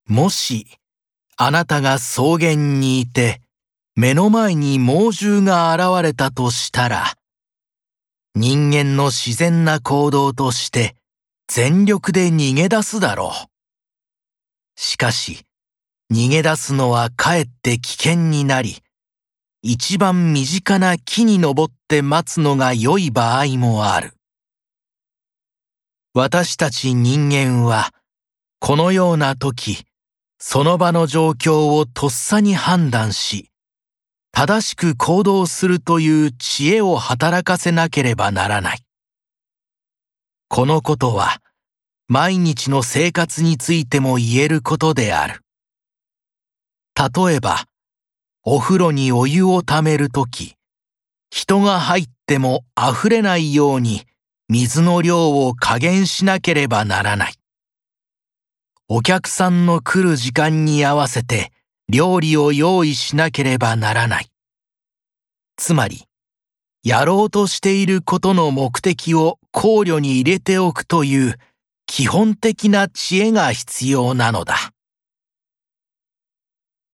もし、あなたが草原にいて、目の前に猛獣が現れたとしたら、人間の自然な行動として全力で逃げ出すだろう。しかし、逃げ出すのはかえって危険になり、一番身近な木に登って待つのが良い場合もある。私たち人間は、このような時、その場の状況をとっさに判断し、正しく行動するという知恵を働かせなければならない。このことは、毎日の生活についても言えることである。例えば、お風呂にお湯をためるとき、人が入っても溢れないように水の量を加減しなければならない。お客さんの来る時間に合わせて料理を用意しなければならない。つまり、やろうとしていることの目的を考慮に入れておくという基本的な知恵が必要なのだ。